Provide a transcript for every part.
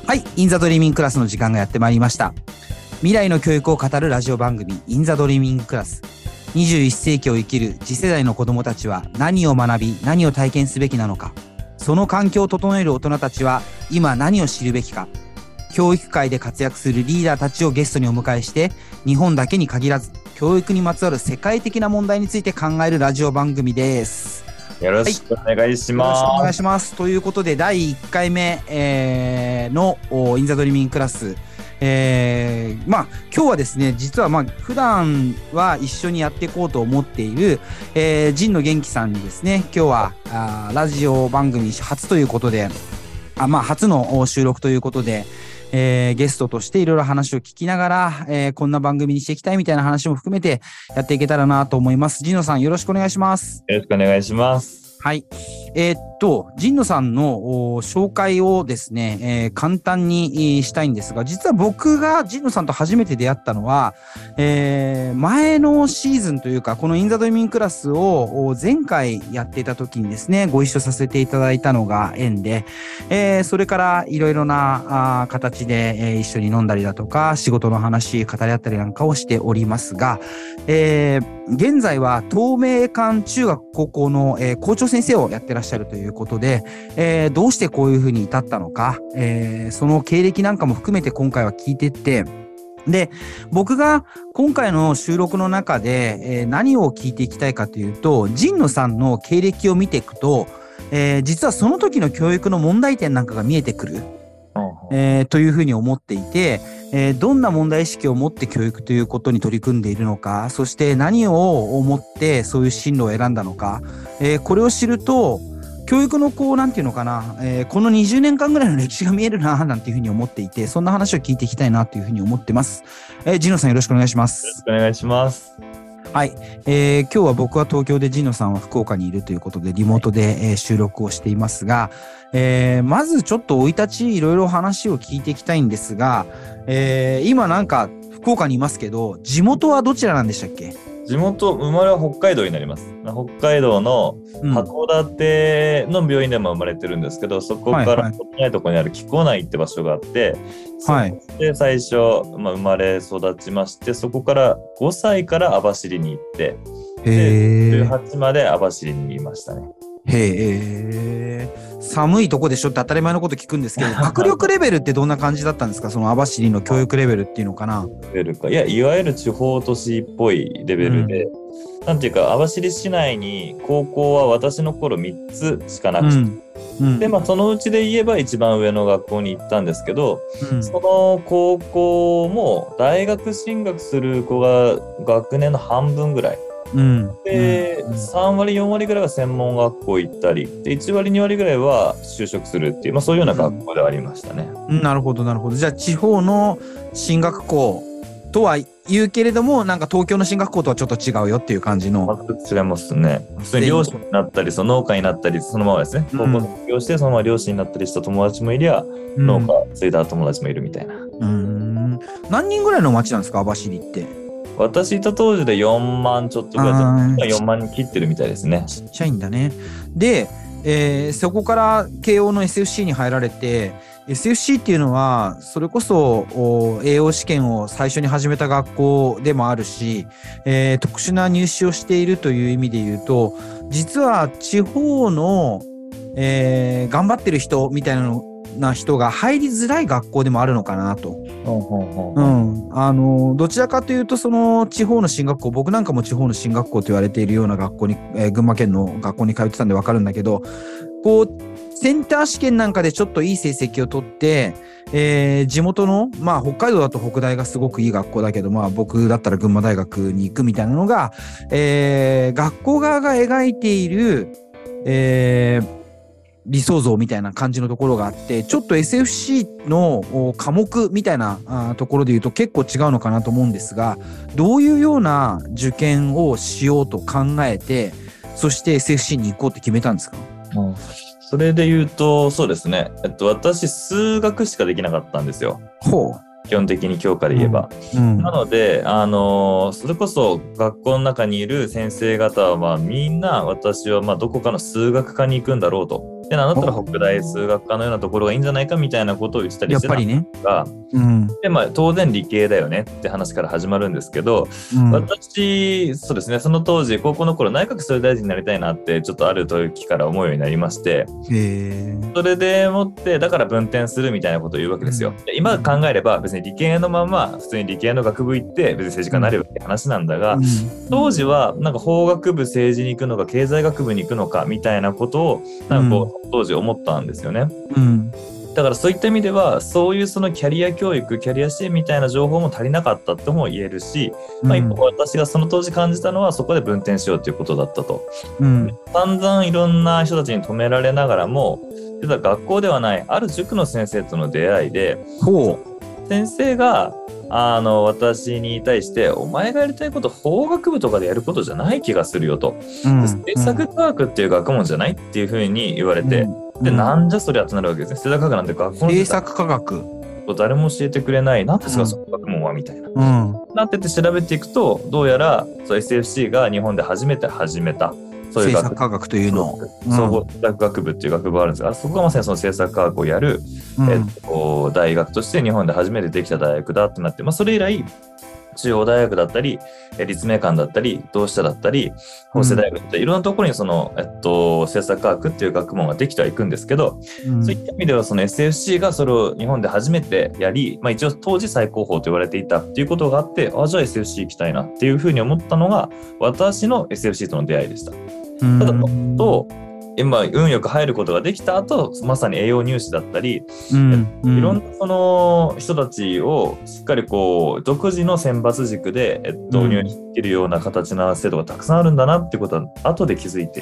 はい、インザドリーミングクラスの時間がやってまいりました。未来の教育を語るラジオ番組、インザドリーミングクラス。21世紀を生きる次世代の子どもたちは何を学び、何を体験すべきなのか。その環境を整える大人たちは今何を知るべきか。教育界で活躍するリーダーたちをゲストにお迎えして、日本だけに限らず、教育にまつわる世界的な問題について考えるラジオ番組です。 よろしくお願いします。 よろしくお願いします。ということで、第1回目、のインザドリーミングクラス。今日はですね、実は普段は一緒にやっていこうと思っている、神野元気さんにですね、今日はラジオ番組初ということで、初の収録ということで、ゲストとしていろいろ話を聞きながら、こんな番組にしていきたいみたいな話も含めてやっていけたらなと思います。神野さん、よろしくお願いします。 よろしくお願いします。 はい。神野さんの紹介をですね、簡単にしたいんですが、実は僕が神野さんと初めて出会ったのは、前のシーズンというか、このインザドリーミングクラスを前回やっていた時にですね、ご一緒させていただいたのが縁で、それからいろいろな形で、一緒に飲んだりだとか、仕事の話、語り合ったりなんかをしておりますが、現在は東明館中学高校の、校長先生をやってらっしゃるということで、どうしてこういうふうに至ったのか、その経歴なんかも含めて今回は聞いてって、で、僕が今回の収録の中で、何を聞いていきたいかというと、神野さんの経歴を見ていくと、実はその時の教育の問題点なんかが見えてくる。というふうに思っていて、どんな問題意識を持って教育ということに取り組んでいるのか、そして何を思ってそういう進路を選んだのか、これを知ると、教育のなんていうのかな、この20年間ぐらいの歴史が見えるな、なんていうふうに思っていて、そんな話を聞いていきたいなというふうに思ってます。神野さん、よろしくお願いします。 よろしくお願いします。 はい、今日は僕は東京で神野さんは福岡にいるということでリモートで、収録をしていますが、まずちょっと生い立ちいろいろ話を聞いていきたいんですが、今なんか福岡にいますけど、地元はどちらなんでしたっけ？ 地元、生まれは北海道になります。北海道の函館の病院でも生まれてるんですけど、そこからないところにある木古内って場所があって、で最初、生まれ育ちまして、そこから5歳から網走に行って、で18まで網走にいましたね。 寒いとこでしょって当たり前のこと聞くんですけど、学力レベルってどんな感じだったんですか？その網走の教育レベルっていうのかな。 いや、いわゆる地方都市っぽいレベルで、なんていうか、網走市内に高校は私の頃3つしかなくて、で、そのうちで言えば一番上の学校に行ったんですけど、その高校も大学進学する子が学年の半分ぐらい。で、3割4割ぐらいは専門学校行ったりで、1割2割ぐらいは就職するっていう、そういうような学校ではありましたね。 なるほどなるほど。じゃあ地方の進学校とは言うけれども、なんか東京の進学校とはちょっと違うよっていう感じの。 全く違いますね。普通に漁師になったり、農家になったり、そのままですね。高校卒業してそのまま漁師になったりした友達もいりゃ、農家継いだ友達もいるみたいな。 何人ぐらいの町なんですか、網走って？ 私いた当時で4万ちょっとぐらい、4万人切ってるみたいですね。 ちっちゃいんだね。で、そこから慶応の SFC に入られて、SFC っていうのはそれこそ栄養試験を最初に始めた学校でもあるし、特殊な入試をしているという意味で言うと、実は地方の、頑張ってる人みたいな人が入りづらい学校でもあるのかなと。どちらかというとその地方の進学校、僕なんかも地方の進学校と言われているような学校に、群馬県の学校に通ってたんで分かるんだけど、センター試験なんかでちょっといい成績を取って、地元の、北海道だと北大がすごくいい学校だけど、僕だったら群馬大学に行くみたいなのが、学校側が描いている、理想像みたいな感じのところがあって、ちょっと SFC の科目みたいなところで言うと結構違うのかなと思うんですが、どういうような受験をしようと考えて、そして SFC に行こうって決めたんですか？ それで言うと、そうですね。私、数学しかできなかったんですよ。基本的に教科で言えば。なので、それこそ学校の中にいる先生方は、みんな私はどこかの数学科に行くんだろうとで、なんだったら北大数学科のようなところがいいんじゃないかみたいなことを言ってたりしてたんですが、で、当然理系だよねって話から始まるんですけど、私、そうですね、その当時、高校の頃、内閣総理大臣になりたいなって、ちょっとある時から思うようになりまして、それでもって、だから分転するみたいなことを言うわけですよ。で、今考えれば、別に理系のまま、普通に理系の学部行って、別に政治家になればって話なんだが、当時は、なんか法学部政治に行くのか、経済学部に行くのか、みたいなことを、なんかこう、当時思ったんですよね。だからそういった意味では、そういうそのキャリア教育、キャリア支援みたいな情報も足りなかったとも言えるし、一方私がその当時感じたのは、そこで分転しようということだったと。散々いろんな人たちに止められながらも、実は学校ではない、ある塾の先生との出会いで、先生が、私に対して、お前がやりたいこと、法学部とかでやることじゃない気がするよと。政策科学っていう学問じゃないっていうふうに言われて、で、なんじゃそりゃってなるわけですね。政策科学なんて学校の政策科学誰も教えてくれない。なんですか、その学問はみたいな。なってて調べていくと、どうやらSFC が日本で初めて始めた。そういう政策科学というのを。 総合学部っていう学部があるんですが、そこがまさにその政策科学をやる、大学として日本で初めてできた大学だってなって、それ以来、中央大学だったり、立命館だったり、同志社だったり、法政大学だったり、いろんなところにその、政策科学っていう学問ができてはいくんですけど、そういった意味ではその SFC がそれを日本で初めてやり、一応当時最高峰と言われていたっていうことがあって、じゃあ SFC 行きたいなっていうふうに思ったのが、私の SFC との出会いでした。ただ、今運よく入ることができた後、まさに栄養入試だったり、いろんなその人たちをしっかりこう独自の選抜軸で、入試できるような形の制度がたくさんあるんだなっていうことは後で気づいていって、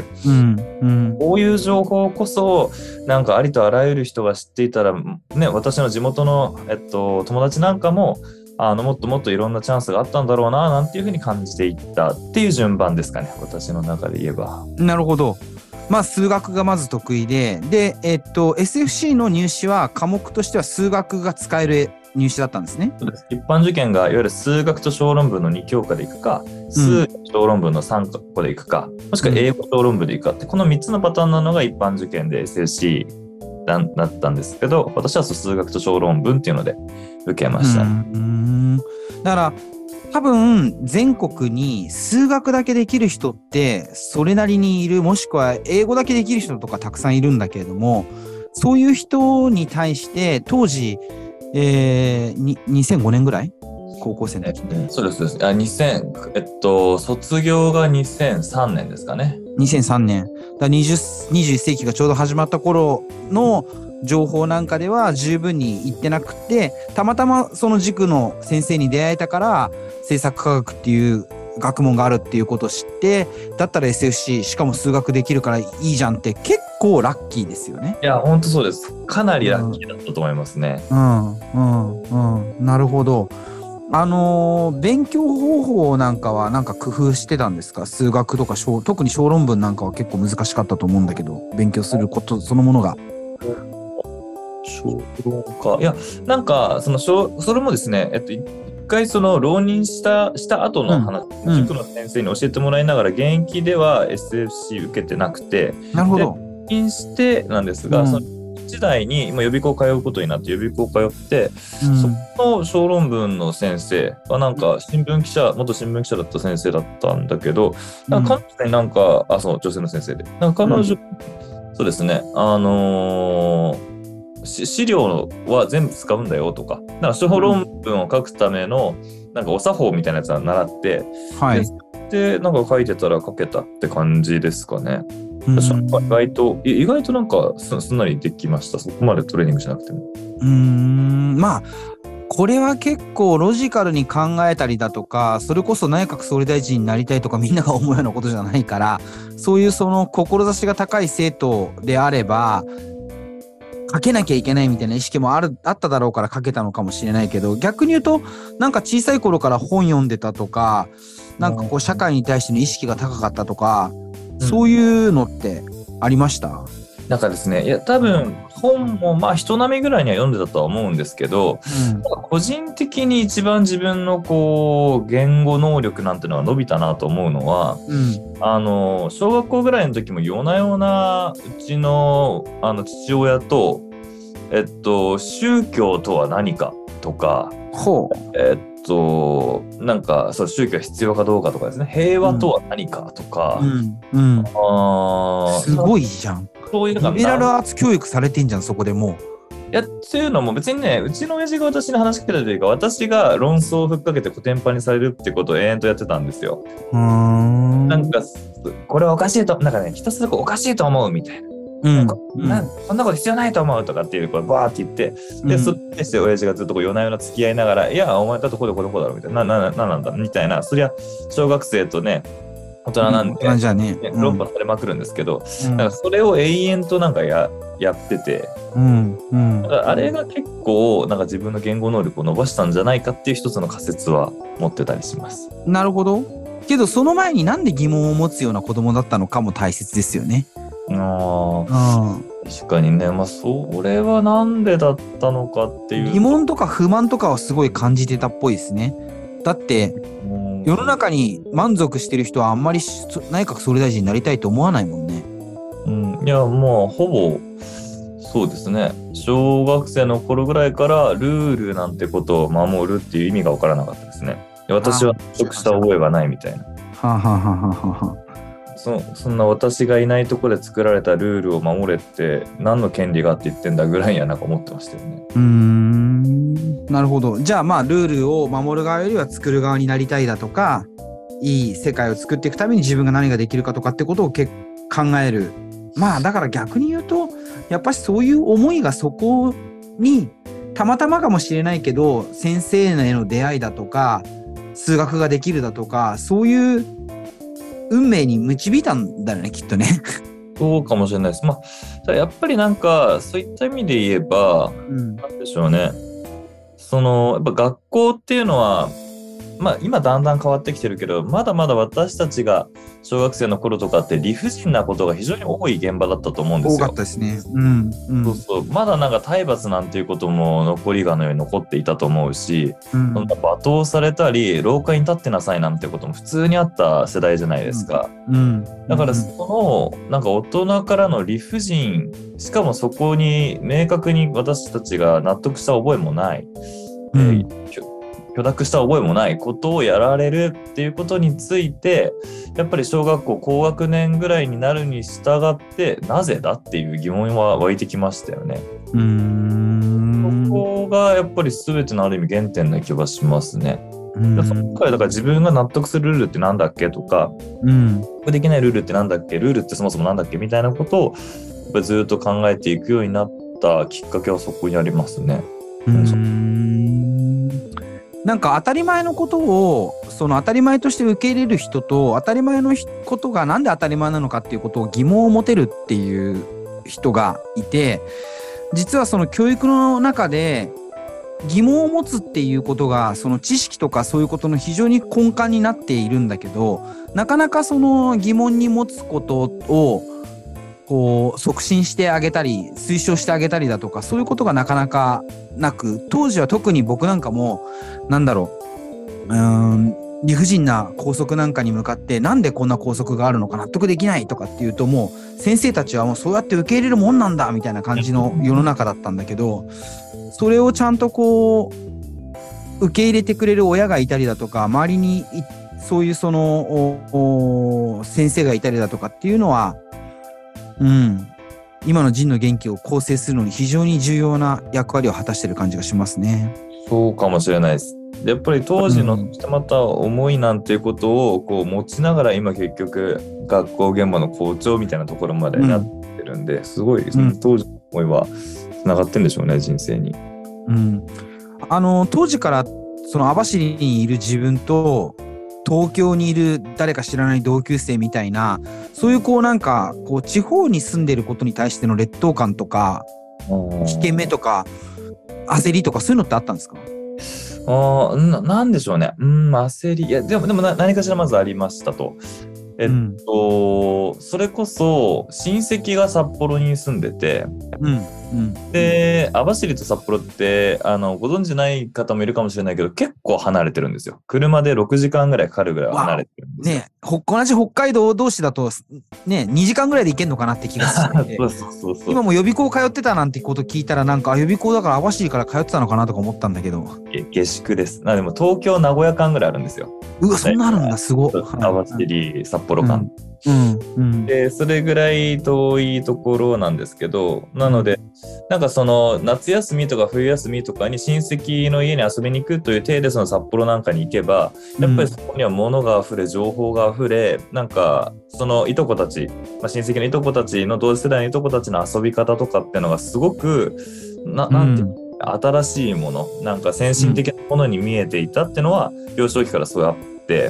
こういう情報こそなんかありとあらゆる人が知っていたらね、私の地元の、友達なんかももっともっといろんなチャンスがあったんだろうななんていうふうに感じていったっていう順番ですかね、私の中で言えば。なるほど。 数学がまず得意で、SFC の入試は科目としては数学が使える入試だったんですね。 そうです。一般受験がいわゆる数学と小論文の2教科でいくか、数小論文の3個でいくか、もしくは英語小論文でいくかって、この3つのパターンなのが一般受験で SFC だったんですけど、私は数学と小論文っていうので受けました。 だから多分全国に数学だけできる人ってそれなりにいる、もしくは英語だけできる人とかたくさんいるんだけれども、そういう時に対して当時、2005年ぐらい高校生の時、 そうです。卒業が2003年ですかね。 2003年。だ21世紀がちょうど始まった頃の情報なんかでは十分に言ってなくて、たまたまその塾の先生に出会えたから政策科学っていう学問があるっていうことを知って、だったら SFC しかも数学できるからいいじゃんって結構ラッキーですよね。 いや本当そうです。かなりラッキーだったと思いますね。 なるほど。勉強方法なんかはなんか工夫してたんですか？数学とか特に小論文なんかは結構難しかったと思うんだけど、勉強することそのものが。 小論か。いや、なんか、それもですね、一回浪人した後の話、塾の先生に教えてもらいながら、現役では SFC 受けてなくて、 なるほど。 浪人してなんですが、その時代に今予備校通うことになって予備校通って、そこの小論文の先生はなんか元新聞記者だった先生だったんだけど、なんか彼女になんか、女性の先生で、なんか彼女、そうですね、資料は全部使うんだよとか、なんか小論文を書くためのなんかお作法みたいなやつは習って、でなんか書いてたら書けたって感じですかね。意外となんかすんなりできました。そこまでトレーニングしなくても。 これは結構ロジカルに考えたりだとか、それこそ内閣総理大臣になりたいとかみんなが思うようなことじゃないから、そういうその志が高い生徒であれば書けなきゃいけないみたいな意識もあっただろうから書けたのかもしれないけど、逆に言うとなんか小さい頃から本読んでたとか、なんかこう社会に対しての意識が高かったとか、そういうのってありました？ なんかですね、いや、多分本もまあ人並みぐらいには読んでたとは思うんですけど、なんか個人的に一番自分のこう言語能力なんてのが伸びたなと思うのは、小学校ぐらいの時も夜な夜なうちの父親と、宗教とは何かとか、なんかそう宗教が必要かどうかとかですね、平和とは何かとか、 すごいじゃん。 そういうリベラルアーツ教育されてんじゃん、そこでもう。 いや、っていうのも別にね、うちの親父が私に話しかけたというか、私が論争をふっかけてコテンパンにされるってことを延々とやってたんですよ。なんか、これはおかしいと、なんかね、ひたすらおかしいと思うみたいな。そんなこと必要ないと思うとかっていう、バーって言って、で、それに対して親父がずっと夜な夜な付き合いながら、いや、お前だとこうだろうみたいな、なんだみたいな、そりゃ、小学生とね、大人なんで、論破されまくるんですけど、なんかそれを永遠となんかやってて、だからあれが結構なんか自分の言語能力を伸ばしたんじゃないかっていう一つの仮説は持ってたりします。 なるほど。けどその前になんで疑問を持つような子供だったのかも大切ですよね。 確かにね、まあそれはなんでだったのかっていう。 疑問とか不満とかはすごい感じてたっぽいですね。だって世の中に満足してる人はあんまり内閣総理大臣になりたいと思わないもんね。 いや、まあほぼそうですね。小学生の頃ぐらいからルールなんてことを守るっていう意味が分からなかったですね。私は納得した覚えがないみたいな。そんな私がいないところで作られたルールを守れって何の権利があって言ってんだぐらいにはなんか思ってましたよね。 なるほど。じゃあまあルールを守る側よりは作る側になりたいだとか、いい世界を作っていくために自分が何ができるかとかってことを考える。まあだから逆に言うとやっぱりそういう思いがそこにたまたまかもしれないけど先生への出会いだとか数学ができるだとかそういう運命に導いたんだよねきっとね。 そうかもしれないです。まあやっぱりなんかそういった意味で言えば、なんでしょうね。やっぱ学校っていうのはまあ今だんだん変わってきてるけど、まだまだ私たちが小学生の頃とかって理不尽なことが非常に多い現場だったと思うんですよ。 多かったですね。 そうそう。まだなんか体罰なんていうことも残りがのように残っていたと思うし、罵倒されたり廊下に立ってなさいなんてことも普通にあった世代じゃないですか。だからなんか大人からの理不尽、しかもそこに明確に私たちが納得した覚えもない。許諾した覚えもないことをやられるっていうことについてやっぱり小学校高学年ぐらいになるに従ってなぜだっていう疑問は湧いてきましたよね。そこがやっぱり全てのある意味原点な気がしますね。そこからだから自分が納得するルールってなんだっけとか、できないルールってなんだっけ、ルールってそもそもなんだっけみたいなことをやっぱりずっと考えていくようになったきっかけはそこにありますね。 なんか当たり前のことをその当たり前として受け入れる人と当たり前のことがなんで当たり前なのかっていうことを疑問を持てるっていう人がいて、実はその教育の中で疑問を持つっていうことがその知識とかそういうことの非常に根幹になっているんだけど、なかなかその疑問に持つことをこう促進してあげたり推奨してあげたりだとかそういうことがなかなかなく、当時は特に僕なんかも理不尽な校則なんかに向かってなんでこんな校則があるのか納得できないとかっていうと、もう先生たちはもうそうやって受け入れるもんなんだみたいな感じの世の中だったんだけど、それをちゃんとこう受け入れてくれる親がいたりだとか周りにそういうその先生がいたりだとかっていうのは今の人の元気を構成するのに非常に重要な役割を果たしている感じがしますね。 そうかもしれないです。やっぱり当時のまた思いなんていうことをこう持ちながら今結局学校現場の校長みたいなところまでなってるんで、すごい当時の思いはつながってるんでしょうね、人生に。 当時からその網走にいる自分と東京にいる誰か知らない同級生みたいな、そういうこうなんかこう地方に住んでることに対しての劣等感とか危険目とか焦りとかそういうのってあったんですか？ なんでしょうね。焦り。いや、でも何かしらまずありましたと。 それこそ親戚が札幌に住んでて、で、網走と札幌ってご存知ない方もいるかもしれないけど、結構離れてるんですよ。車で6時間ぐらいかかるぐらい離れてるんですよ。 ね、同じ北海道同士だとね、2時間ぐらいで行けんのかなって気がして、そう今も予備校通ってたなんてこと聞いたら、なんか予備校だから網走から通ってたのかなとか思ったんだけど。 下宿です。でも東京名古屋間ぐらいあるんですよ。 うわ、そんなあるんだ、すごい。 網走札幌間。でそれぐらい遠いところなんですけど、なのでなんかその夏休みとか冬休みとかに親戚の家に遊びに行くという体でその札幌なんかに行けば、やっぱりそこには物があふれ、情報があふれ、なんかそのいとこたち、親戚のいとこたちの同世代のいとこたちの遊び方とかっていうのがすごくなんていう新しいもの、なんか先進的なものに見えていたっていうのは幼少期からすごいあって、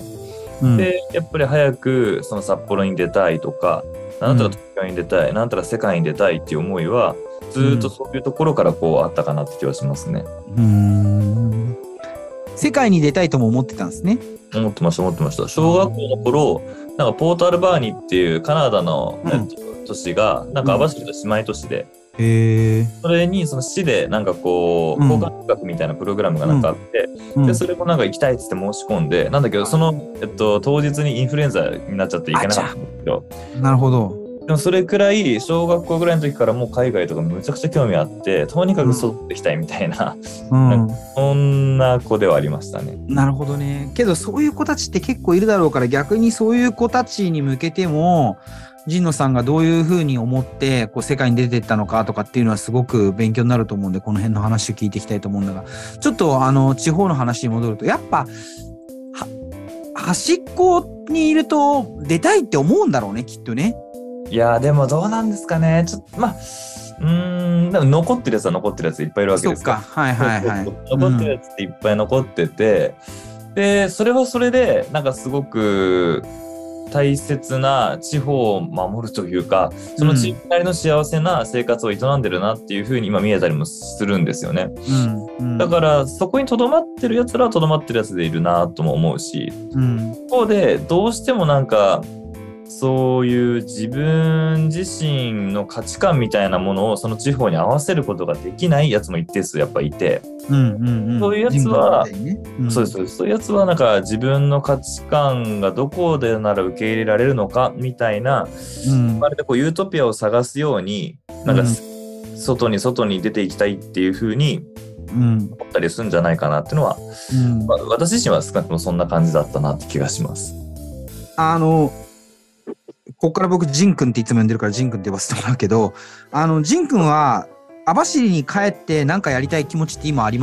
でやっぱり早くその札幌に出たいとか、なんだったら東京に出たい、なんだったら世界に出たいっていう思いはずっとそういうところからこうあったかなって気はしますね。 世界に出たいとも思ってたんですね。 思ってました。小学校の頃、なんかポートアルバーニっていうカナダの、都市がなんか網走と姉妹都市で、それにその市でなんかこう交換留学みたいなプログラムがなんかあって、でそれもなんか行きたいっつって申し込んで、なんだけどその、当日にインフルエンザになっちゃって行けなかったんですけど。 なるほど。 でもそれくらい小学校ぐらいの時からもう海外とかむちゃくちゃ興味あって、とにかく外って行きたいみたいな、なんかそんな子ではありましたね。 なるほどね。けどそういう子たちって結構いるだろうから、逆にそういう子たちに向けても神野さんがどういうふうに思ってこう世界に出ていったのかとかっていうのはすごく勉強になると思うんで、この辺の話を聞いていきたいと思うんだが、ちょっと地方の話に戻ると、やっぱ端っこにいると出たいって思うんだろうね、きっとね。 いやでもどうなんですかね。ちょっとでも残ってるやつは残ってるやついっぱいいるわけですから。 そっか、 残ってるやつっていっぱい残ってて、でそれはそれでなんかすごく大切な地方を守るというか、その地域なりの幸せな生活を営んでるなっていう風に今見えたりもするんですよね。だからそこにとどまってるやつらはとどまってるやつでいるなとも思うし、一方でどうしてもなんかそういう自分自身の価値観みたいなものをその地方に合わせることができないやつも一定数やっぱいて、そういうやつは、そういうやつはなんか自分の価値観がどこでなら受け入れられるのかみたいな、まるでこうユートピアを探すようになんか外に出ていきたいっていう風に思ったりするんじゃないかなっていうのは、私自身は少なくともそんな感じだったなって気がします。 ここから僕ジン君っていつも呼んでるからジン君って呼ばせてもらうけど、ジン君は網走に帰って何かやりたい気持ちって今あります？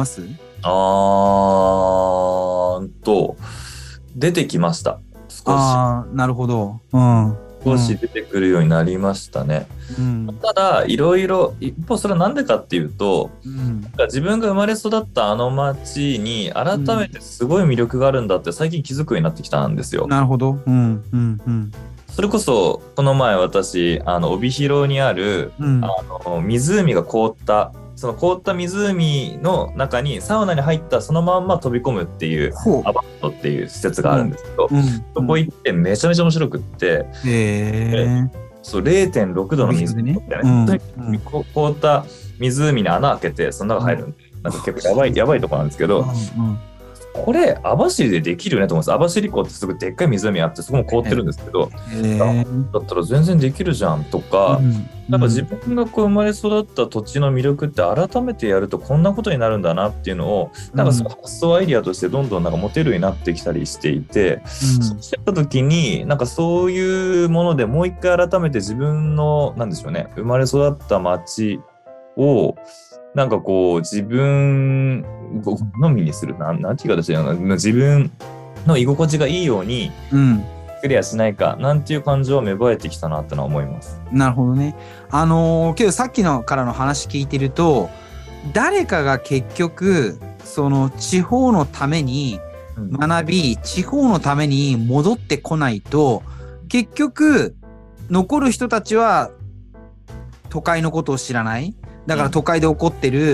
出てきました。少し。 なるほど。 少し出てくるようになりましたね。ただいろいろ一方それはなんでかっていうと、自分が生まれ育ったあの町に改めてすごい魅力があるんだって最近気づくようになってきたんですよ。 なるほど。 それこそこの前私帯広にある、湖が凍ったその凍った湖の中にサウナに入ったそのまんま飛び込むっていうアバットっていう施設があるんですけど、そこ行ってめちゃめちゃ面白くって、そう 0.6 度の水みたいな、本当に凍った湖に穴開けてその中入るんで、なんか結構やばいとこなんですけど、これ網走でできるよねと思うんです。網走港ってすごいでっかい湖あってそこも凍ってるんですけど、だったら全然できるじゃんとか、なんか自分がこう生まれ育った土地の魅力って改めてやるとこんなことになるんだなっていうのをなんかその発想アイディアとしてどんどんなんか持てるようになってきたりしていて、そうした時になんかそういうものでもう一回改めて自分のなんでしょうね、生まれ育った町をなんかこう自分のみにするなんていう形で自分の居心地がいいようにクリアしないかなんていう感情は芽生えてきたなってのは思います。 なるほどね。けどさっきのからの話聞いてると、誰かが結局その地方のために学び、地方のために戻ってこないと結局残る人たちは都会のことを知らない。だから都会で起こってる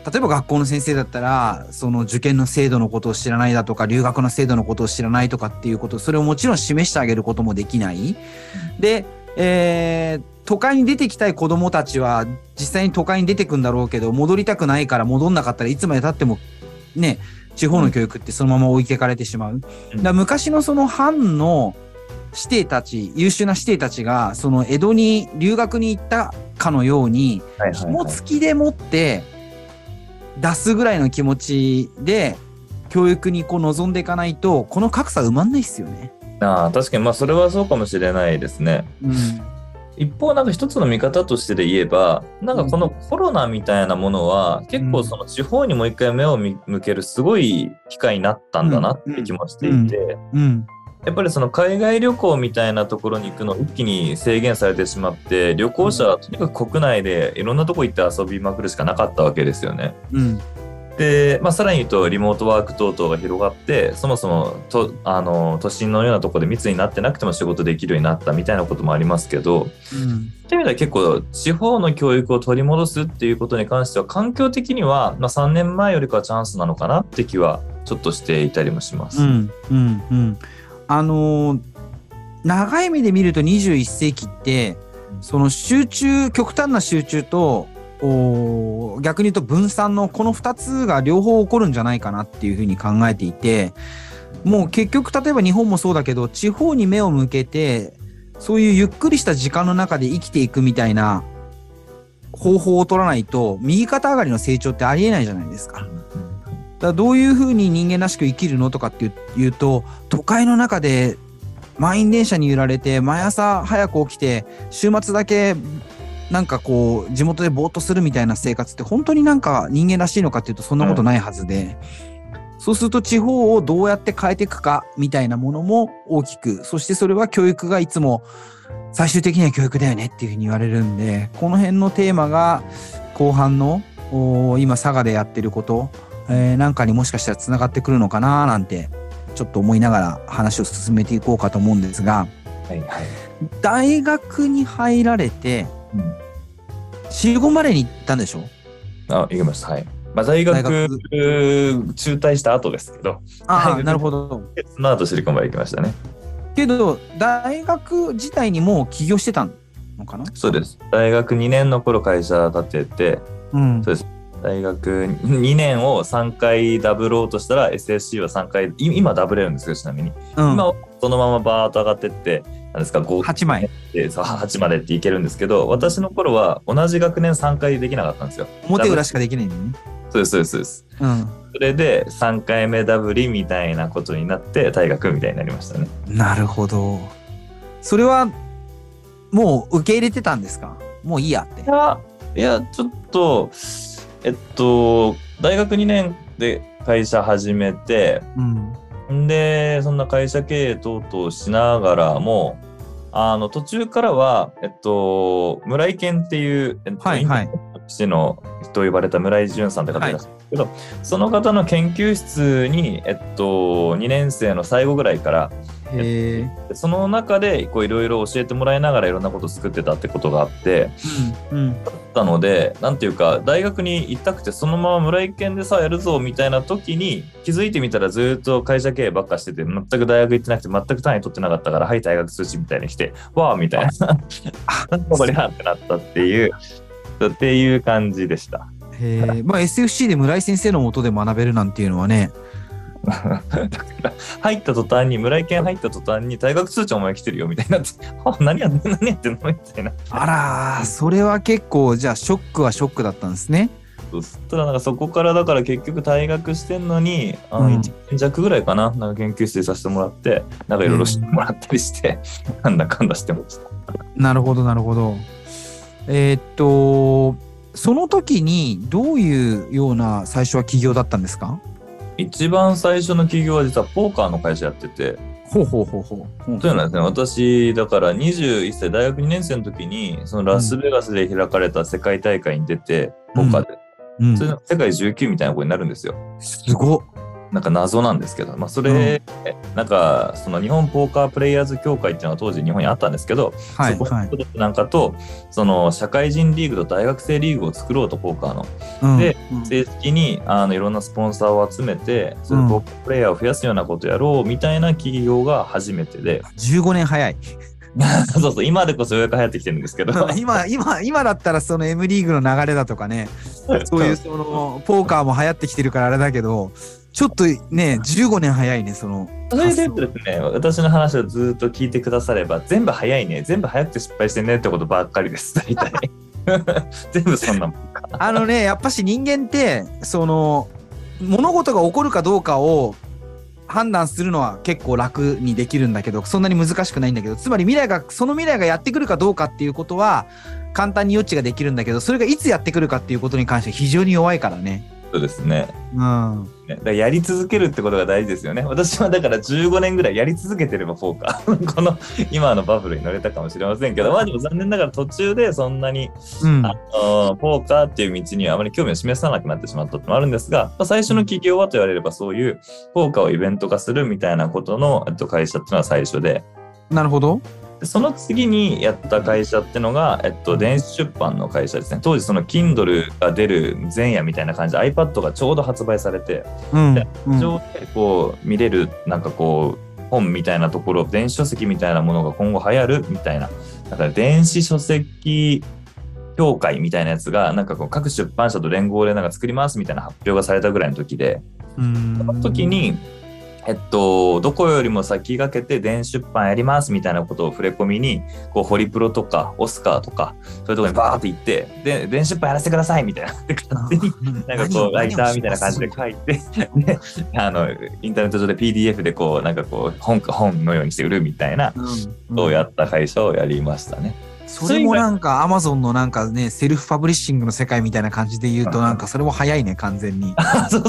例えば学校の先生だったら、その受験の制度のことを知らないだとか、留学の制度のことを知らないとかっていうこと、それをもちろん示してあげることもできない。で、都会に出てきたい子供たちは、実際に都会に出てくんだろうけど、戻りたくないから戻んなかったらいつまで経っても、ね、地方の教育ってそのまま置いてかれてしまう。だから昔のその藩の子弟たち、優秀な子弟たちが、その江戸に留学に行ったかのように、紐付きでもって出すぐらいの気持ちで、教育にこう臨んでいかないと、この格差埋まんないっすよね。 確かに、まあそれはそうかもしれないですね。一方、なんか一つの見方としてで言えば、なんかこのコロナみたいなものは、結構その地方にもう一回目を向けるすごい機会になったんだなって気もしていて、やっぱりその海外旅行みたいなところに行くのを一気に制限されてしまって、旅行者はとにかく国内でいろんなとこ行って遊びまくるしかなかったわけですよね。で、まあ、さらに言うとリモートワーク等々が広がって、そもそも都心のようなところで密になってなくても仕事できるようになったみたいなこともありますけど、そういう意味では結構地方の教育を取り戻すっていうことに関しては環境的には、まあ、3年前よりかはチャンスなのかなって気はちょっとしていたりもします。 長い目で見ると21世紀って、その極端な集中と、逆に言うと分散のこの2つが両方起こるんじゃないかなっていうふうに考えていて、もう結局例えば日本もそうだけど、地方に目を向けて、そういうゆっくりした時間の中で生きていくみたいな方法を取らないと、右肩上がりの成長ってありえないじゃないですか。だからどういうふうに人間らしく生きるのとかっていうと、都会の中で満員電車に揺られて、毎朝早く起きて、週末だけなんかこう地元でぼーっとするみたいな生活って本当になんか人間らしいのかっていうとそんなことないはずで、そうすると地方をどうやって変えていくかみたいなものも大きく、そしてそれは教育がいつも最終的には教育だよねっていうふうに言われるんで、この辺のテーマが後半の今佐賀でやってること、なんかにもしかしたらつながってくるのかななんてちょっと思いながら話を進めていこうかと思うんですが、大学に入られて、4、5までに行ったんでしょ？ 行きました。はい。まあ、大学中退した後ですけど。 なるほど。 その後シリコンバレー行きましたね。 けど、大学自体にも起業してたのかな？ そうです。大学2年の頃会社立てて、そうです。大学2年を3回ダブろうとしたら SSC は3回、今ダブれるんですよ、ちなみに。今そのままバーッと上がってって、なんですか、 8枚。 8までっていけるんですけど、私の頃は同じ学年3回できなかったんですよ。 表裏しかできないんだよね。 そうです。それで3回目ダブりみたいなことになって退学みたいになりましたね。 なるほど。それはもう受け入れてたんですか？もういいやって。 いや、ちょっと、大学2年で会社始めて、で、そんな会社経営等々しながらも、途中からは、村井健っていう、市のと呼ばれた村井淳さんって方がいらっしゃるんですけど、その方の研究室に、2年生の最後ぐらいから、その中でいろいろ教えてもらいながらいろんなことを作ってたってことがあって、だったので、なんていうか、大学に行きたくてそのまま村井県でさやるぞみたいな時に気づいてみたらずっと会社経営ばっかしてて、全く大学行ってなくて全く単位取ってなかったから、はい、大学通知みたいに来て、わーみたいな、なんかこりゃってなったっていう感じでした。 まあ SFC で村井先生の下で学べるなんていうのはね、 だから入った途端に村井県入った途端に大学通知お前来てるよみたいになって何やってんのみたいな。あら、それは結構じゃあショックはショックだったんですね。 そしたらなんかそこからだから結局退学してんのに1年弱ぐらいかな、なんか研究室でさせてもらってなんかいろいろしてもらったりしてなんだかんだしてました。 なるほど。その時にどういうような最初は起業だったんですか？ 一番最初の起業は実はポーカーの会社やってて。というのはですね、私だから21歳大学2年生の時にそのラスベガスで開かれた世界大会に出て、ポーカーで、それで世界19みたいなことになるんですよ。 すごっ。 なんか謎なんですけど、まあ、それ、なんかその日本ポーカープレイヤーズ協会っていうのは当時日本にあったんですけど、 はい、 そこなんかとその社会人リーグと大学生リーグを作ろうと、ポーカーの。で、正式にいろんなスポンサーを集めて、それポーカープレイヤーを増やすようなことやろうみたいな企業が初めてで。 15年早い。 そうそう、今でこそようやく流行ってきてるんですけど今だったらその M リーグの流れだとかね、そういうそのポーカーも流行ってきてるからあれだけど、ちょっとね、15年早いね、その。 それでですね、私の話をずっと聞いてくだされば、全部早いね、全部早くて失敗してねってことばっかりです、大体。全部そんなもんか。 やっぱし人間って、その、物事が起こるかどうかを判断するのは結構楽にできるんだけど、そんなに難しくないんだけど、つまりその未来がやってくるかどうかっていうことは、簡単に予知ができるんだけど、それがいつやってくるかっていうことに関しては非常に弱いからね。 そうですね。 うん。 だからやり続けるってことが大事ですよね。私はだから15年ぐらいやり続けてればポーカーこの今のバブルに乗れたかもしれませんけど、まあでも残念ながら途中でそんなに、ポーカーっていう道にはあまり興味を示さなくなってしまったってのもあるんですが、まあ、最初の起業はと言われればそういうポーカーをイベント化するみたいなことの会社っていうのは最初で。 なるほど。 その次にやった会社ってのが、電子出版の会社ですね。当時その Kindle が出る前夜みたいな感じで iPad がちょうど発売されて、でちょうどこう見れるなんかこう本みたいなところ、電子書籍みたいなものが今後流行るみたいな、だから電子書籍協会みたいなやつがなんかこう各出版社と連合でなんか作りますみたいな発表がされたぐらいの時で、その時にどこよりも先駆けて電子出版やりますみたいなことを触れ込みに、こうホリプロとかオスカーとかそういうところにバーって行って、で電子出版やらせてくださいみたいな勝手になんかこうライターみたいな感じで書いて、でインターネット上で PDF でこうなんかこう本のようにして売るみたいなをやった会社をやりましたね。 それもなんか Amazon のなんかね、セルフパブリッシングの世界みたいな感じで言うと、なんかそれも早いね、完全に。 そう。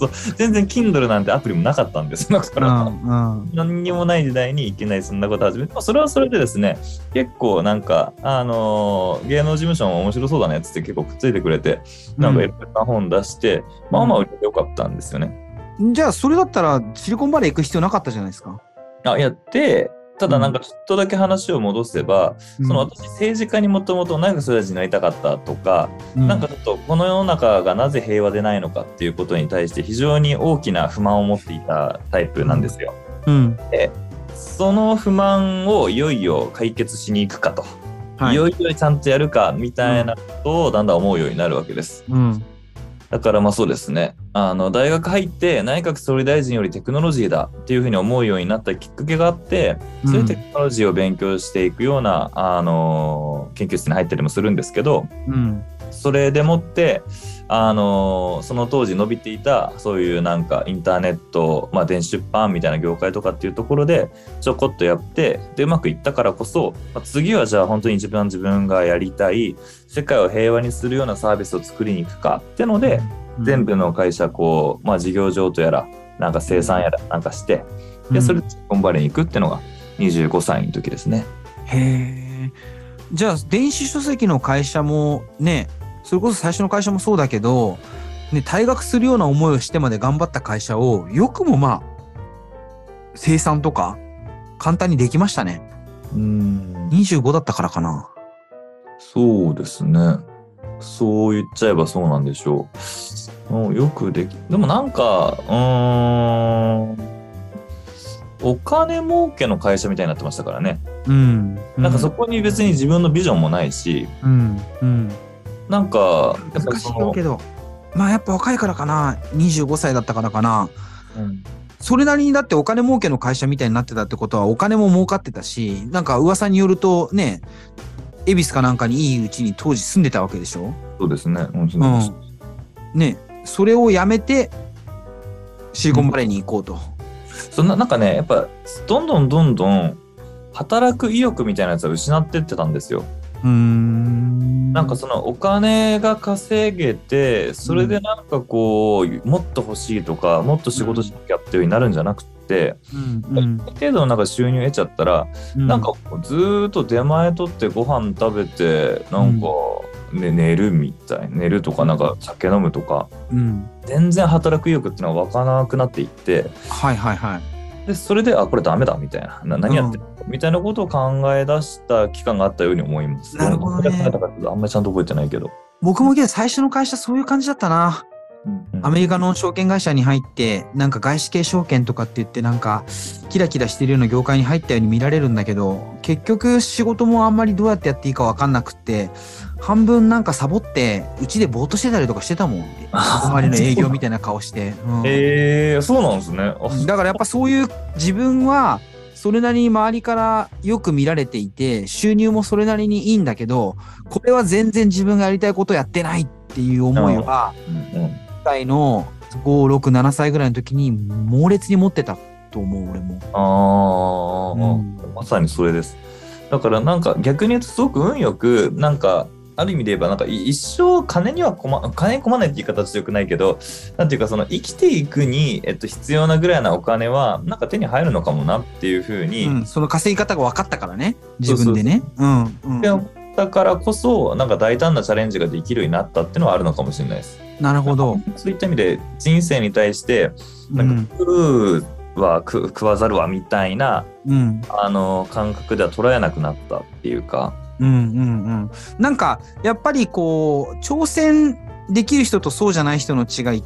全然 Kindle なんてアプリもなかったんですよ。何にもない時代にいきなりそんなこと始めて、それはそれでですね、結構なんか、芸能事務所も面白そうだねって結構くっついてくれて、なんかいろんな本出して、まあまあ売れてよかったんですよね。 じゃあ、それだったらシリコンバレー行く必要なかったじゃないですか。 やって、ただなんかちょっとだけ話を戻せば、その私政治家にもともと内閣総理大臣になりたかったとか、なんかちょっとこの世の中がなぜ平和でないのかっていうことに対して非常に大きな不満を持っていたタイプなんですよ。で、その不満をいよいよ解決しに行くかと、いよいよちゃんとやるかみたいなことをだんだん思うようになるわけです。だからまあそうですね、大学入って内閣総理大臣よりテクノロジーだっていうふうに思うようになったきっかけがあって、そういうテクノロジーを勉強していくような、研究室に入ったりもするんですけど、それでもってその当時伸びていたそういうなんかインターネット、まあ、電子出版みたいな業界とかっていうところでちょこっとやって、でうまくいったからこそ、次はじゃあ本当に自分がやりたい世界を平和にするようなサービスを作りに行くかってので、全部の会社こう、事業上とやらなんか生産やらなんかして、でそれでシリコンバレーに行くっていうのが25歳の時ですね。 へえ。じゃあ電子書籍の会社もね、それこそ最初の会社もそうだけど、ね、退学するような思いをしてまで頑張った会社をよくもまあ生産とか簡単にできましたね。25だったからかな。 そうですね。そう言っちゃえばそうなんでしょう。よくでもなんかお金儲けの会社みたいになってましたからね。なんかそこに別に自分のビジョンもないし、なんか難しいけど、まあやっぱ若いからかな、25歳だったからかな。それなりにだってお金儲けの会社みたいになってたってことはお金も儲かってたし、なんか噂によるとね、恵比寿かなんかにいいうちに当時住んでたわけでしょ。 そうですね。 ね、それをやめてシリコンバレーに行こうと。 なんかね、やっぱどんどん働く意欲みたいなやつは失ってってたんですよ。なんかそのお金が稼げて、それでなんかこうもっと欲しいとかもっと仕事しなきゃっていうようになるんじゃなくて、ある程度のなんか収入得ちゃったら、なんかずーっと出前取ってご飯食べてなんか寝るみたい、寝るとかなんか酒飲むとか、全然働く意欲っていうのは湧かなくなっていって、でそれでこれダメだみたいな、何やってるみたいなことを考え出した期間があったように思います。 なるほどね。 あんまりちゃんと覚えてないけど。 僕も最初の会社そういう感じだったな。アメリカの証券会社に入って、なんか外資系証券とかって言って、なんかキラキラしてるような業界に入ったように見られるんだけど、結局仕事もあんまりどうやってやっていいか分かんなくって、半分なんかサボって、うちでぼーっとしてたりとかしてたもん。そこまでの営業みたいな顔して。 そうなんですね。 だからやっぱそういう自分は、それなりに周りからよく見られていて、収入もそれなりにいいんだけど、これは全然自分がやりたいことやってないっていう思いは、歳の5、6、7歳ぐらいの時に猛烈に持ってたと思う、俺も。 まさにそれです。だからなんか逆に言うとすごく運よく、なんかある意味で言えばなんか一生金に困らないって言い方は強くないけど、なんていうかその生きていくに、必要なぐらいなお金はなんか手に入るのかもなっていうふうに、 その稼ぎ方が分かったからね、自分でね。 だからこそなんか大胆なチャレンジができるようになったっていうのはあるのかもしれないです。 なるほど。 そういった意味で人生に対してなんか食わざるわみたいな、感覚では捉えなくなったっていうか。 なんかやっぱりこう挑戦できる人とそうじゃない人の違いって、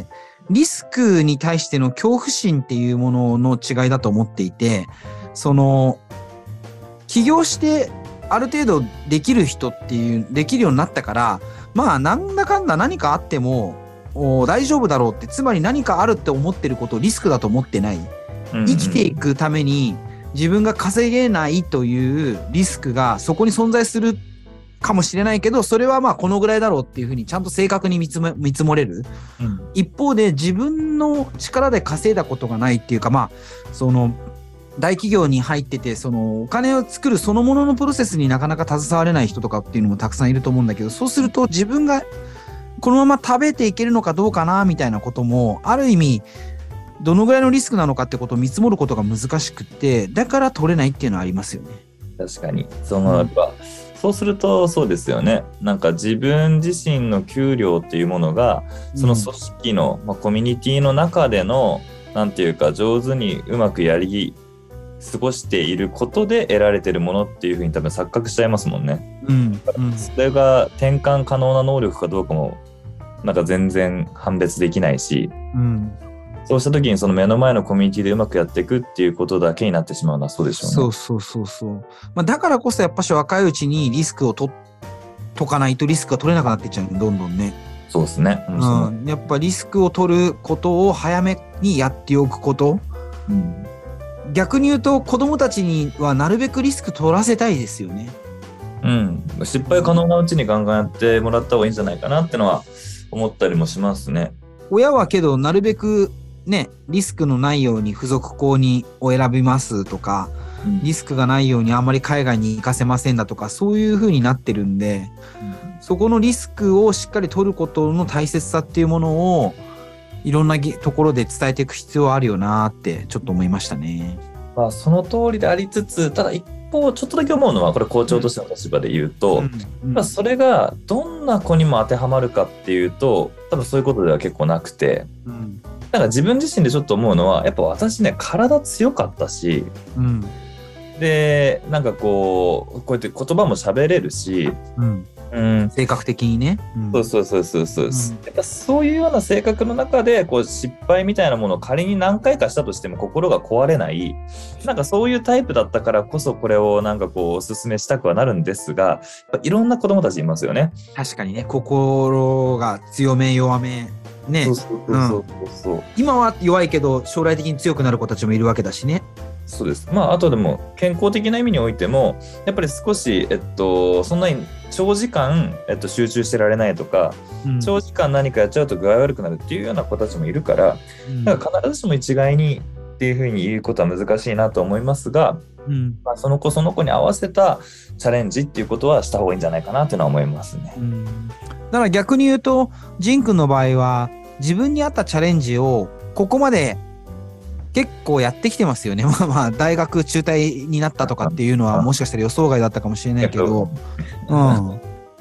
リスクに対しての恐怖心っていうものの違いだと思っていて、その起業してある程度できる人っていうできるようになったから、まあなんだかんだ何かあっても大丈夫だろうって、つまり何かあるって思ってることをリスクだと思ってない。生きていくために自分が稼げないというリスクがそこに存在するかもしれないけど、それはまあこのぐらいだろうっていうふうにちゃんと正確に見積もれる。一方で自分の力で稼いだことがないっていうか、まあその大企業に入ってて、そのお金を作るそのもののプロセスになかなか携われない人とかっていうのもたくさんいると思うんだけど、そうすると自分がこのまま食べていけるのかどうかなみたいなことも、ある意味どのぐらいのリスクなのかってことを見積もることが難しくって、だから取れないっていうのはありますよね。 確かにそうするとそうですよね。なんか自分自身の給料っていうものがその組織の、コミュニティの中でのなんていうか上手にうまくやり過ごしていることで得られてるものっていうふうに多分錯覚しちゃいますもんね。それが転換可能な能力かどうかもなんか全然判別できないし、そうした時にその目の前のコミュニティでうまくやっていくっていうことだけになってしまうのはそうでしょうね。 そう。だからこそやっぱし若いうちにリスクを解かないとリスクが取れなくなっていっちゃう、どんどんね。 そうですね。 やっぱリスクを取ることを早めにやっておくこと。逆に言うと子供たちにはなるべくリスク取らせたいですよね。 失敗可能なうちにガンガンやってもらった方がいいんじゃないかなってのは思ったりもしますね。 親はけどなるべくね、リスクのないように付属校を選びますとか、リスクがないようにあんまり海外に行かせませんだとか、そういう風になってるんで、そこのリスクをしっかり取ることの大切さっていうものをいろんなところで伝えていく必要はあるよなってちょっと思いましたね。 その通りでありつつ、ただ一方ちょっとだけ思うのは、これ校長としての立場で言うと、それがどんな子にも当てはまるかっていうと多分そういうことでは結構なくて、なんか自分自身でちょっと思うのは、やっぱ私ね体強かったし、でなんかこうやって言葉も喋れるし、 性格的にね。 そう。やっぱそういうような性格の中でこう失敗みたいなものを仮に何回かしたとしても心が壊れない、なんかそういうタイプだったからこそこれをなんかこうお勧めしたくはなるんですが、やっぱいろんな子供たちいますよね。 確かにね、心が強め弱めね。今は弱いけど将来的に強くなる子たちもいるわけだしね。 そうです。あとでも健康的な意味においてもやっぱり少し、そんなに長時間、集中してられないとか、長時間何かやっちゃうと具合悪くなるっていうような子たちもいるから、だから必ずしも一概にっていうふうに言うことは難しいなと思いますが、その子に合わせたチャレンジっていうことはした方がいいんじゃないかなというのは思いますね。 だから逆に言うと仁君の場合は自分に合ったチャレンジをここまで結構やってきてますよね。大学中退になったとかっていうのはもしかしたら予想外だったかもしれないけど、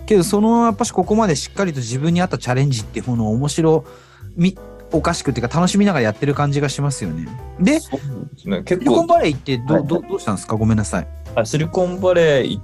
けどやっぱしここまでしっかりと自分に合ったチャレンジっていうものをおかしくっていうか楽しみながらやってる感じがしますよね。で、 そうですね、結シリコン構、 バレー行ってどうしたんですか？ごめんなさい。 シリコンバレー行って、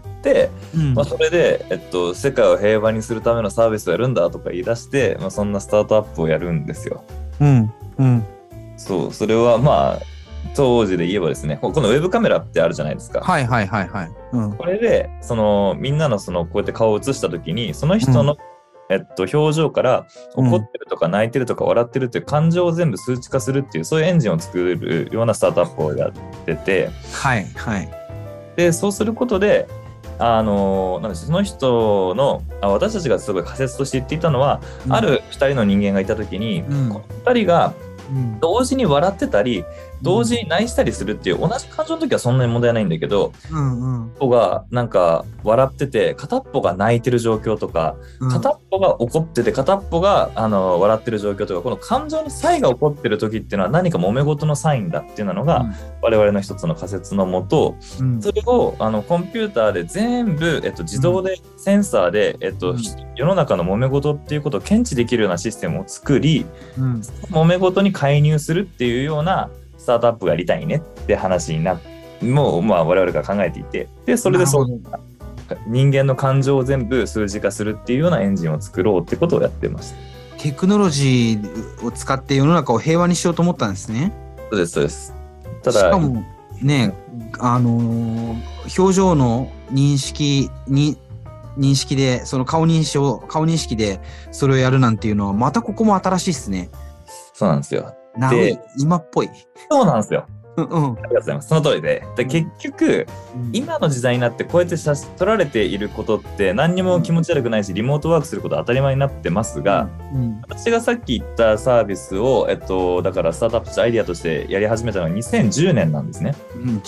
それで、世界を平和にするためのサービスをやるんだとか言い出して、そんなスタートアップをやるんですよ。そう、それは当時で言えばですね、このウェブカメラってあるじゃないですか。 はいはいはいはい。 これで、みんなのこうやって顔を映したときに、その人の、表情から怒ってるとか泣いてるとか笑ってるっていう感情を全部数値化するっていう、そういうエンジンを作るようなスタートアップをやってて、 はいはい。 で、そうすることで、なんでその人の私たちがすごい仮説として言っていたのは、ある2人の人間がいたときに、この2人が同時に笑ってたり、同時に泣いたりするっていう同じ感情の時はそんなに問題ないんだけど、人がなんか笑ってて片っぽが泣いてる状況とか、片っぽが怒ってて片っぽが笑ってる状況とか、この感情の差異が起こってる時っていうのは何か揉め事のサインだっていうのが、我々の一つの仮説のもと、それをコンピューターで全部、自動でセンサーで、世の中の揉め事っていうことを検知できるようなシステムを作り、揉め事に介入するっていうようなスタートアップがやりたいねって話にもう我々が考えていて、でそれで人間の感情を全部数字化するっていうようなエンジンを作ろうってことをやってました。 テクノロジーを使って世の中を平和にしようと思ったんですね。 そうですそうです。ただしかもね、表情の認識で、その顔認識でそれをやるなんていうのはまたここも新しいですね。 そうなんですよ。 で、今っぽい。 そうなんですよ。ありがとうございます。その通りで。結局、今の時代になってこうやって撮られていることって何にも気持ち悪くないし、リモートワークすることは当たり前になってますが、私がさっき言ったサービスを、だからスタートアップしてアイディアとしてやり始めたのは2010年なんですね。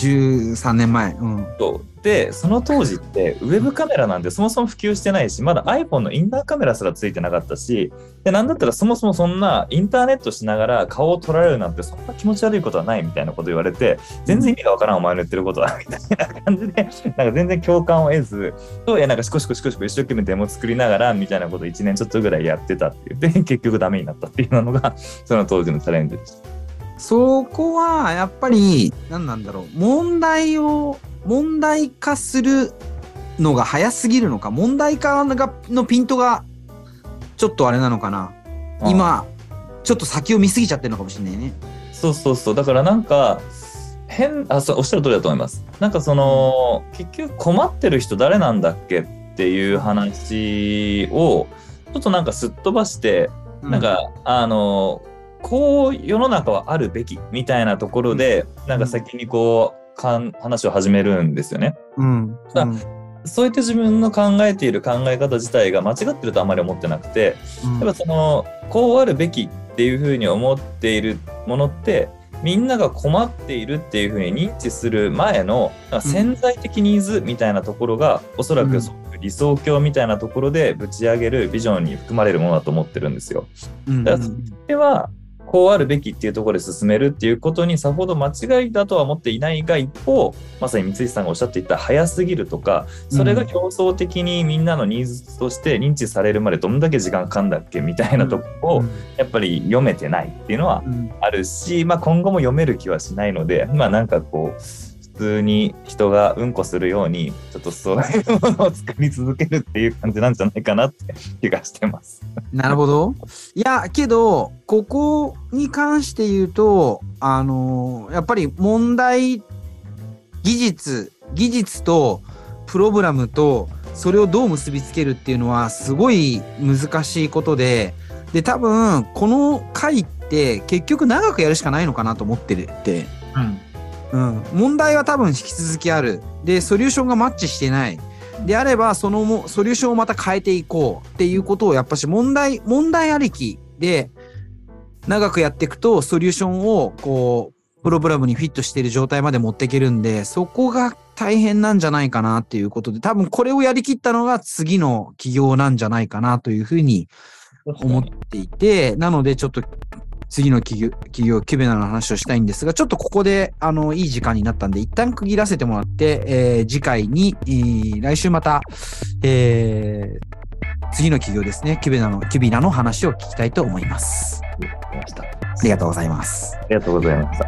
13年前。 で、その当時ってウェブカメラなんてそもそも普及してないし、まだ iPhone のインナーカメラすらついてなかったし、で、なんだったらそもそもそんなインターネットしながら顔を撮られるなんてそんな気持ち悪いことはないみたいなこと言われて、全然意味がわからんお前の言ってることはみたいな感じで、なんか全然共感を得ず、なんかシコシコ一生懸命デモ作りながらみたいなことを1年ちょっとぐらいやってたっていう。で、結局ダメになったっていうのが、その当時のチャレンジでした。 そこはやっぱり、何なんだろう、問題化するのが早すぎるのか、問題化のピントがちょっとあれなのかな。今ちょっと先を見すぎちゃってるのかもしれないね。 そうだからなんかおっしゃる通りだと思います。なんか結局困ってる人誰なんだっけっていう話をちょっとなんかすっ飛ばして、なんかこう世の中はあるべきみたいなところで、なんか先に話を始めるんですよね。そうやって自分の考えている考え方自体が間違ってるとあまり思ってなくて、やっぱこうあるべきっていうふうに思っているものってみんなが困っているっていうふうに認知する前の潜在的ニーズみたいなところが、おそらく理想郷みたいなところでぶち上げるビジョンに含まれるものだと思ってるんですよ。だからそれはこうあるべきっていうところで進めるっていうことにさほど間違いだとは思っていないが、一方まさに三石さんがおっしゃっていた早すぎるとか、それが競争的にみんなのニーズとして認知されるまでどんだけ時間かかんだっけみたいなところをやっぱり読めてないっていうのはあるし、今後も読める気はしないので、なんか普通に人がうんこするようにちょっとそういうものを作り続けるっていう感じなんじゃないかなって気がしてます。 なるほど。いやけどここに関して言うとやっぱり技術とプログラムとそれをどう結びつけるっていうのはすごい難しいことで、多分この回って結局長くやるしかないのかなと思ってて。問題は多分引き続きある。で、ソリューションがマッチしてない。であれば、ソリューションをまた変えていこうっていうことをやっぱし問題ありきで長くやっていくと、ソリューションをプログラムにフィットしている状態まで持っていけるんで、そこが大変なんじゃないかなっていうことで、多分これをやりきったのが次の起業なんじゃないかなというふうに思っていて、なのでちょっと次の企業キュベナの話をしたいんですが、ちょっとここでいい時間になったんで一旦区切らせてもらって、次回に、来週また、 次の企業ですね、キュビナの話を聞きたいと思います。 わかりました。 ありがとうございます。 ありがとうございました。